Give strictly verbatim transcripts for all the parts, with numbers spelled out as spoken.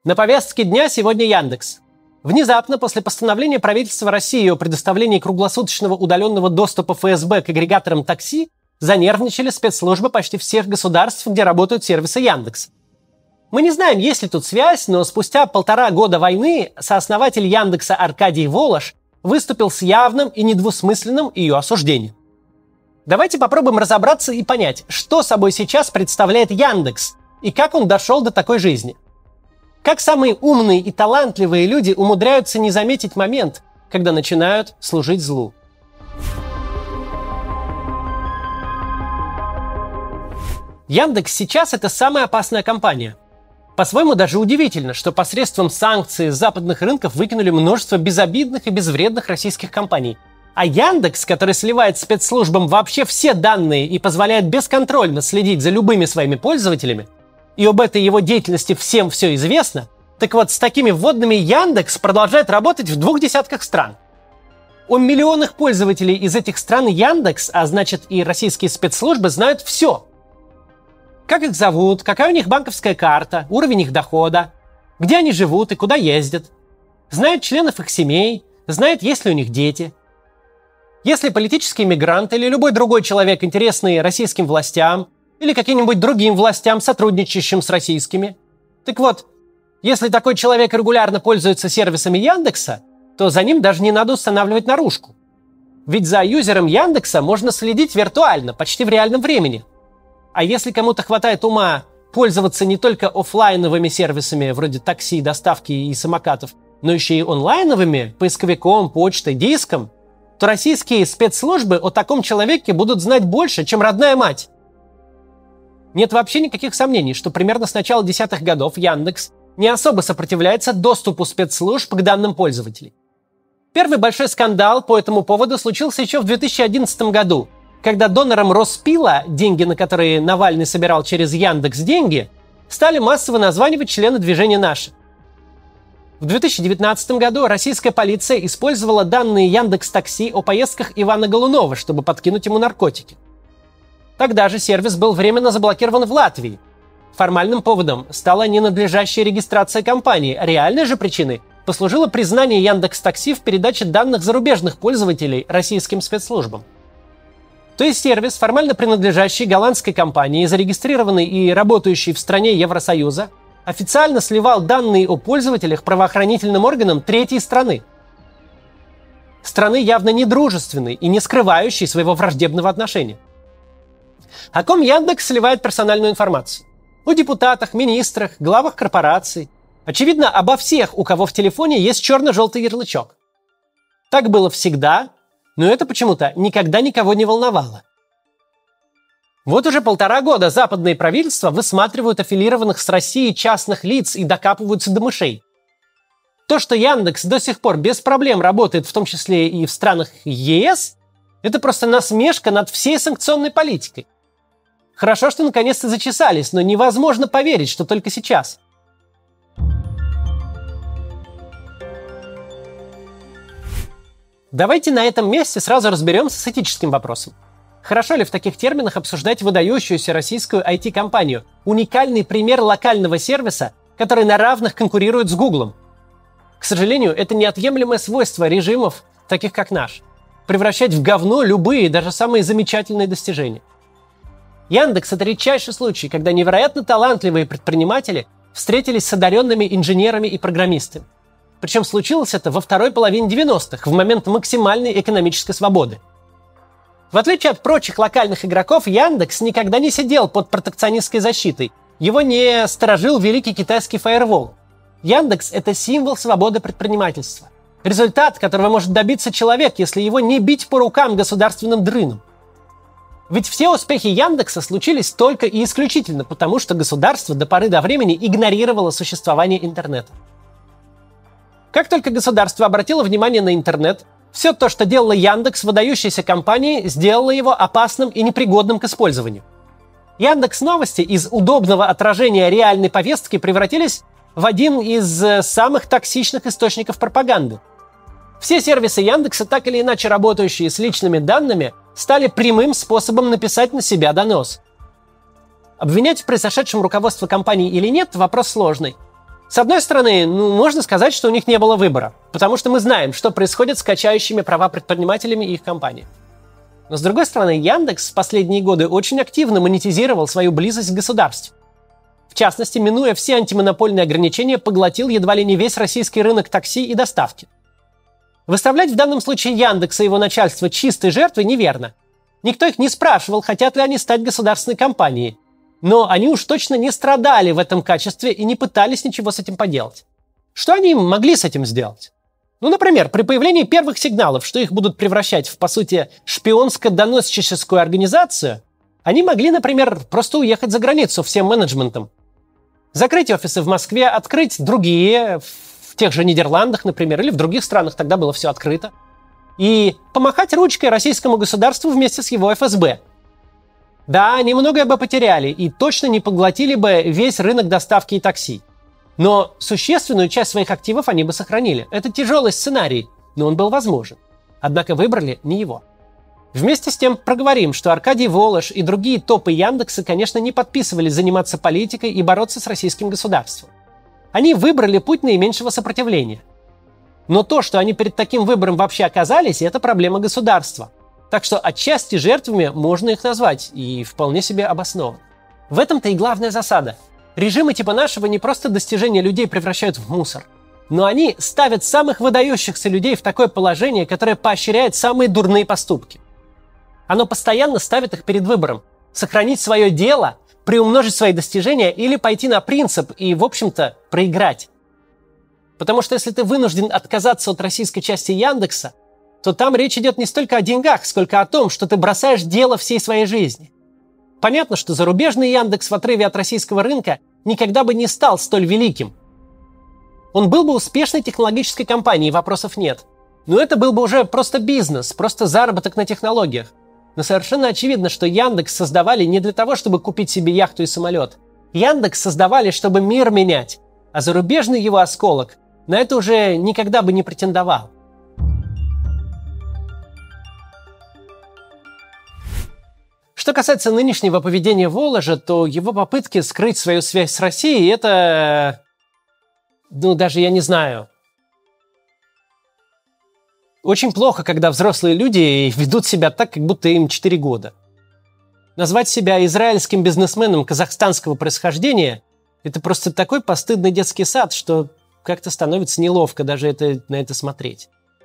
На повестке дня сегодня Яндекс. Внезапно, после постановления правительства России о предоставлении круглосуточного удаленного доступа эф эс бэ к агрегаторам такси, занервничали спецслужбы почти всех государств, где работают сервисы Яндекс. Мы не знаем, есть ли тут связь, но спустя полтора года войны сооснователь Яндекса Аркадий Волош выступил с явным и недвусмысленным ее осуждением. Давайте попробуем разобраться и понять, что собой сейчас представляет Яндекс и как он дошел до такой жизни. Как самые умные и талантливые люди умудряются не заметить момент, когда начинают служить злу. Яндекс сейчас это самая опасная компания. По-своему даже удивительно, что посредством санкций с западных рынков выкинули множество безобидных и безвредных российских компаний. А Яндекс, который сливает спецслужбам вообще все данные и позволяет бесконтрольно следить за любыми своими пользователями, и об этой его деятельности всем все известно, так вот, с такими вводными Яндекс продолжает работать в двух десятках стран. О миллионах пользователей из этих стран Яндекс, а значит и российские спецслужбы, знают все. Как их зовут, какая у них банковская карта, уровень их дохода, где они живут и куда ездят. Знают членов их семей, знают, есть ли у них дети. Если политический мигрант или любой другой человек, интересный российским властям, или каким-нибудь другим властям, сотрудничающим с российскими. Так вот, если такой человек регулярно пользуется сервисами Яндекса, то за ним даже не надо устанавливать наружку. Ведь за юзером Яндекса можно следить виртуально, почти в реальном времени. А если кому-то хватает ума пользоваться не только офлайновыми сервисами вроде такси, доставки и самокатов, но еще и онлайновыми, поисковиком, почтой, диском, то российские спецслужбы о таком человеке будут знать больше, чем родная мать. Нет вообще никаких сомнений, что примерно с начала десятых годов Яндекс не особо сопротивляется доступу спецслужб к данным пользователей. Первый большой скандал по этому поводу случился еще в две тысячи одиннадцатом году, когда донором Роспила, деньги на которые Навальный собирал через Яндекс.Деньги, стали массово названивать члены движения «Наши». В две тысячи девятнадцатом году российская полиция использовала данные Яндекс.Такси о поездках Ивана Голунова, чтобы подкинуть ему наркотики. Тогда же сервис был временно заблокирован в Латвии. Формальным поводом стала ненадлежащая регистрация компании, а реальной же причиной послужило признание Яндекс.Такси в передаче данных зарубежных пользователей российским спецслужбам. То есть сервис, формально принадлежащий голландской компании, зарегистрированный и работающий в стране Евросоюза, официально сливал данные о пользователях правоохранительным органам третьей страны. Страны явно недружественной и не скрывающей своего враждебного отношения. О ком Яндекс сливает персональную информацию? О депутатах, министрах, главах корпораций. Очевидно, обо всех, у кого в телефоне есть черно-желтый ярлычок. Так было всегда, но это почему-то никогда никого не волновало. Вот уже полтора года западные правительства высматривают аффилированных с Россией частных лиц и докапываются до мышей. То, что Яндекс до сих пор без проблем работает, в том числе и в странах е эс, это просто насмешка над всей санкционной политикой. Хорошо, что наконец-то зачесались, но невозможно поверить, что только сейчас. Давайте на этом месте сразу разберемся с этическим вопросом. Хорошо ли в таких терминах обсуждать выдающуюся российскую ай ти-компанию, уникальный пример локального сервиса, который на равных конкурирует с Гуглом? К сожалению, это неотъемлемое свойство режимов, таких как наш. Превращать в говно любые, даже самые замечательные достижения. Яндекс – это редчайший случай, когда невероятно талантливые предприниматели встретились с одаренными инженерами и программистами. Причем случилось это во второй половине девяностых, в момент максимальной экономической свободы. В отличие от прочих локальных игроков, Яндекс никогда не сидел под протекционистской защитой. Его не сторожил великий китайский фаервол. Яндекс – это символ свободы предпринимательства. Результат, которого может добиться человек, если его не бить по рукам государственным дрыном. Ведь все успехи Яндекса случились только и исключительно потому, что государство до поры до времени игнорировало существование интернета. Как только государство обратило внимание на интернет, все то, что делала Яндекс, выдающейся компанией, сделало его опасным и непригодным к использованию. Яндекс.Новости из удобного отражения реальной повестки превратились в один из самых токсичных источников пропаганды. Все сервисы Яндекса, так или иначе работающие с личными данными, стали прямым способом написать на себя донос. Обвинять в произошедшем руководство компании или нет – вопрос сложный. С одной стороны, ну, можно сказать, что у них не было выбора, потому что мы знаем, что происходит с качающими права предпринимателями и их компаний. Но с другой стороны, Яндекс в последние годы очень активно монетизировал свою близость к государству. В частности, минуя все антимонопольные ограничения, поглотил едва ли не весь российский рынок такси и доставки. Выставлять в данном случае Яндекс и его начальство чистой жертвой неверно. Никто их не спрашивал, хотят ли они стать государственной компанией. Но они уж точно не страдали в этом качестве и не пытались ничего с этим поделать. Что они могли с этим сделать? Ну, например, при появлении первых сигналов, что их будут превращать в, по сути, шпионско-доносчическую организацию, они могли, например, просто уехать за границу всем менеджментом. Закрыть офисы в Москве, открыть другие, в тех же Нидерландах, например, или в других странах, тогда было все открыто. И помахать ручкой российскому государству вместе с его эф эс бэ. Да, они многое бы потеряли и точно не поглотили бы весь рынок доставки и такси. Но существенную часть своих активов они бы сохранили. Это тяжелый сценарий, но он был возможен. Однако выбрали не его. Вместе с тем проговорим, что Аркадий Волош и другие топы Яндекса, конечно, не подписывались заниматься политикой и бороться с российским государством. Они выбрали путь наименьшего сопротивления. Но то, что они перед таким выбором вообще оказались, это проблема государства. Так что отчасти жертвами можно их назвать, и вполне себе обоснованно. В этом-то и главная засада. Режимы типа нашего не просто достижения людей превращают в мусор, но они ставят самых выдающихся людей в такое положение, которое поощряет самые дурные поступки. Оно постоянно ставит их перед выбором – сохранить свое дело, приумножить свои достижения или пойти на принцип и, в общем-то, проиграть. Потому что если ты вынужден отказаться от российской части Яндекса, то там речь идет не столько о деньгах, сколько о том, что ты бросаешь дело всей своей жизни. Понятно, что зарубежный Яндекс в отрыве от российского рынка никогда бы не стал столь великим. Он был бы успешной технологической компанией, вопросов нет. Но это был бы уже просто бизнес, просто заработок на технологиях. Но совершенно очевидно, что Яндекс создавали не для того, чтобы купить себе яхту и самолет. Яндекс создавали, чтобы мир менять. А зарубежный его осколок на это уже никогда бы не претендовал. Что касается нынешнего поведения Воложа, то его попытки скрыть свою связь с Россией – это… Ну, даже я не знаю. Очень плохо, когда взрослые люди ведут себя так, как будто им четыре года. Назвать себя израильским бизнесменом казахстанского происхождения – это просто такой постыдный детский сад, что как-то становится неловко даже это, на это смотреть.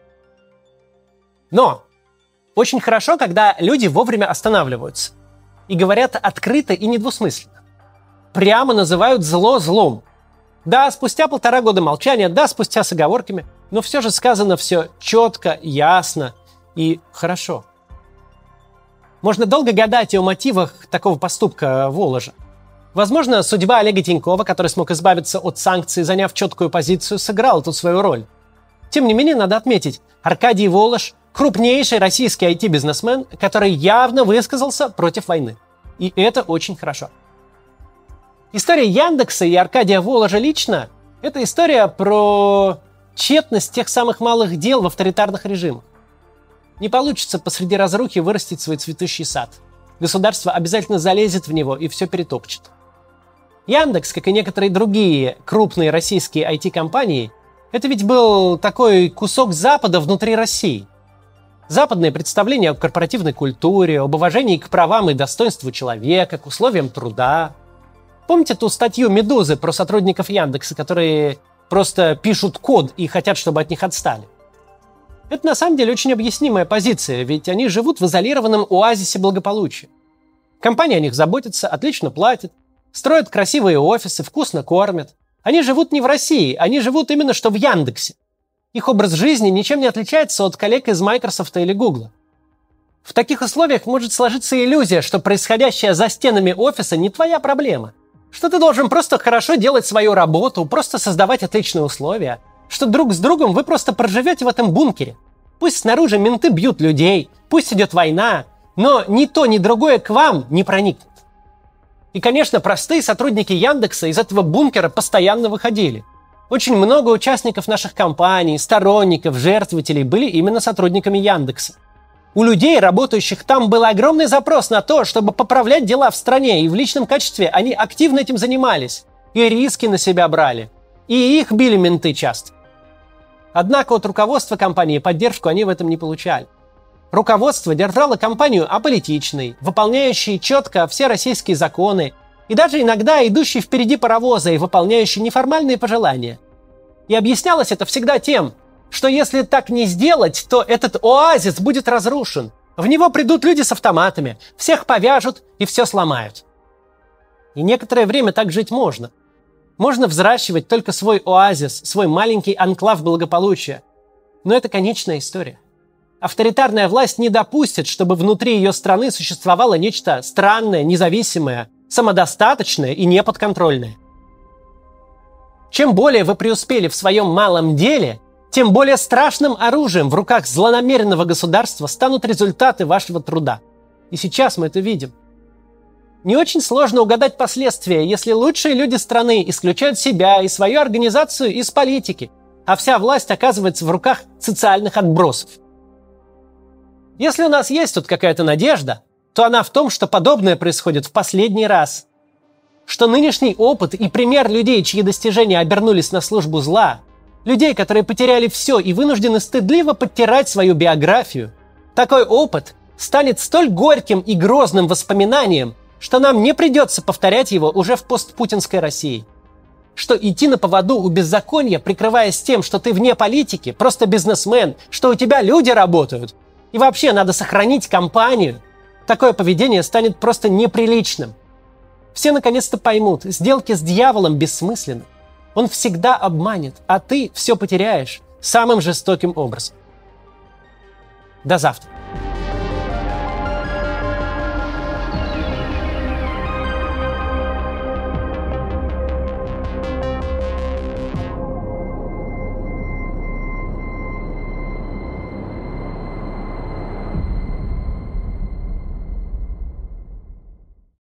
Но очень хорошо, когда люди вовремя останавливаются и говорят открыто и недвусмысленно. Прямо называют зло злом. Да, спустя полтора года молчания, да, спустя с оговорками, но все же сказано все четко, ясно и хорошо. Можно долго гадать о мотивах такого поступка Воложа. Возможно, судьба Олега Тинькова, который смог избавиться от санкций, заняв четкую позицию, сыграла тут свою роль. Тем не менее, надо отметить, Аркадий Волош – крупнейший российский ай ти-бизнесмен, который явно высказался против войны. И это очень хорошо. История Яндекса и Аркадия Воложа лично – это история про тщетность тех самых малых дел в авторитарных режимах. Не получится посреди разрухи вырастить свой цветущий сад. Государство обязательно залезет в него и все перетопчет. Яндекс, как и некоторые другие крупные российские ай ти-компании, это ведь был такой кусок Запада внутри России. Западное представление о корпоративной культуре, об уважении к правам и достоинству человека, к условиям труда. Помните ту статью «Медузы» про сотрудников Яндекса, которые просто пишут код и хотят, чтобы от них отстали? Это на самом деле очень объяснимая позиция, ведь они живут в изолированном оазисе благополучия. Компания о них заботится, отлично платит, строят красивые офисы, вкусно кормят. Они живут не в России, они живут именно что в Яндексе. Их образ жизни ничем не отличается от коллег из Microsoft или Google. В таких условиях может сложиться иллюзия, что происходящее за стенами офиса не твоя проблема. Что ты должен просто хорошо делать свою работу, просто создавать отличные условия. Что друг с другом вы просто проживете в этом бункере. Пусть снаружи менты бьют людей, пусть идет война, но ни то, ни другое к вам не проникнет. И, конечно, простые сотрудники Яндекса из этого бункера постоянно выходили. Очень много участников наших компаний, сторонников, жертвователей были именно сотрудниками Яндекса. У людей, работающих там, был огромный запрос на то, чтобы поправлять дела в стране, и в личном качестве они активно этим занимались. И риски на себя брали. И их били менты часто. Однако от руководства компании поддержку они в этом не получали. Руководство держало компанию аполитичной, выполняющей четко все российские законы, и даже иногда идущей впереди паровоза и выполняющей неформальные пожелания. И объяснялось это всегда тем, что если так не сделать, то этот оазис будет разрушен. В него придут люди с автоматами, всех повяжут и все сломают. И некоторое время так жить можно. Можно взращивать только свой оазис, свой маленький анклав благополучия. Но это конечная история. Авторитарная власть не допустит, чтобы внутри ее страны существовало нечто странное, независимое, самодостаточное и неподконтрольное. Чем более вы преуспели в своем малом деле, тем более страшным оружием в руках злонамеренного государства станут результаты вашего труда. И сейчас мы это видим. Не очень сложно угадать последствия, если лучшие люди страны исключают себя и свою организацию из политики, а вся власть оказывается в руках социальных отбросов. Если у нас есть тут какая-то надежда, то она в том, что подобное происходит в последний раз. Что нынешний опыт и пример людей, чьи достижения обернулись на службу зла, людей, которые потеряли все и вынуждены стыдливо подтирать свою биографию, такой опыт станет столь горьким и грозным воспоминанием, что нам не придется повторять его уже в постпутинской России. Что идти на поводу у беззакония, прикрываясь тем, что ты вне политики, просто бизнесмен, что у тебя люди работают, и вообще надо сохранить компанию, такое поведение станет просто неприличным. Все наконец-то поймут, сделки с дьяволом бессмысленны. Он всегда обманет, а ты все потеряешь самым жестоким образом. До завтра.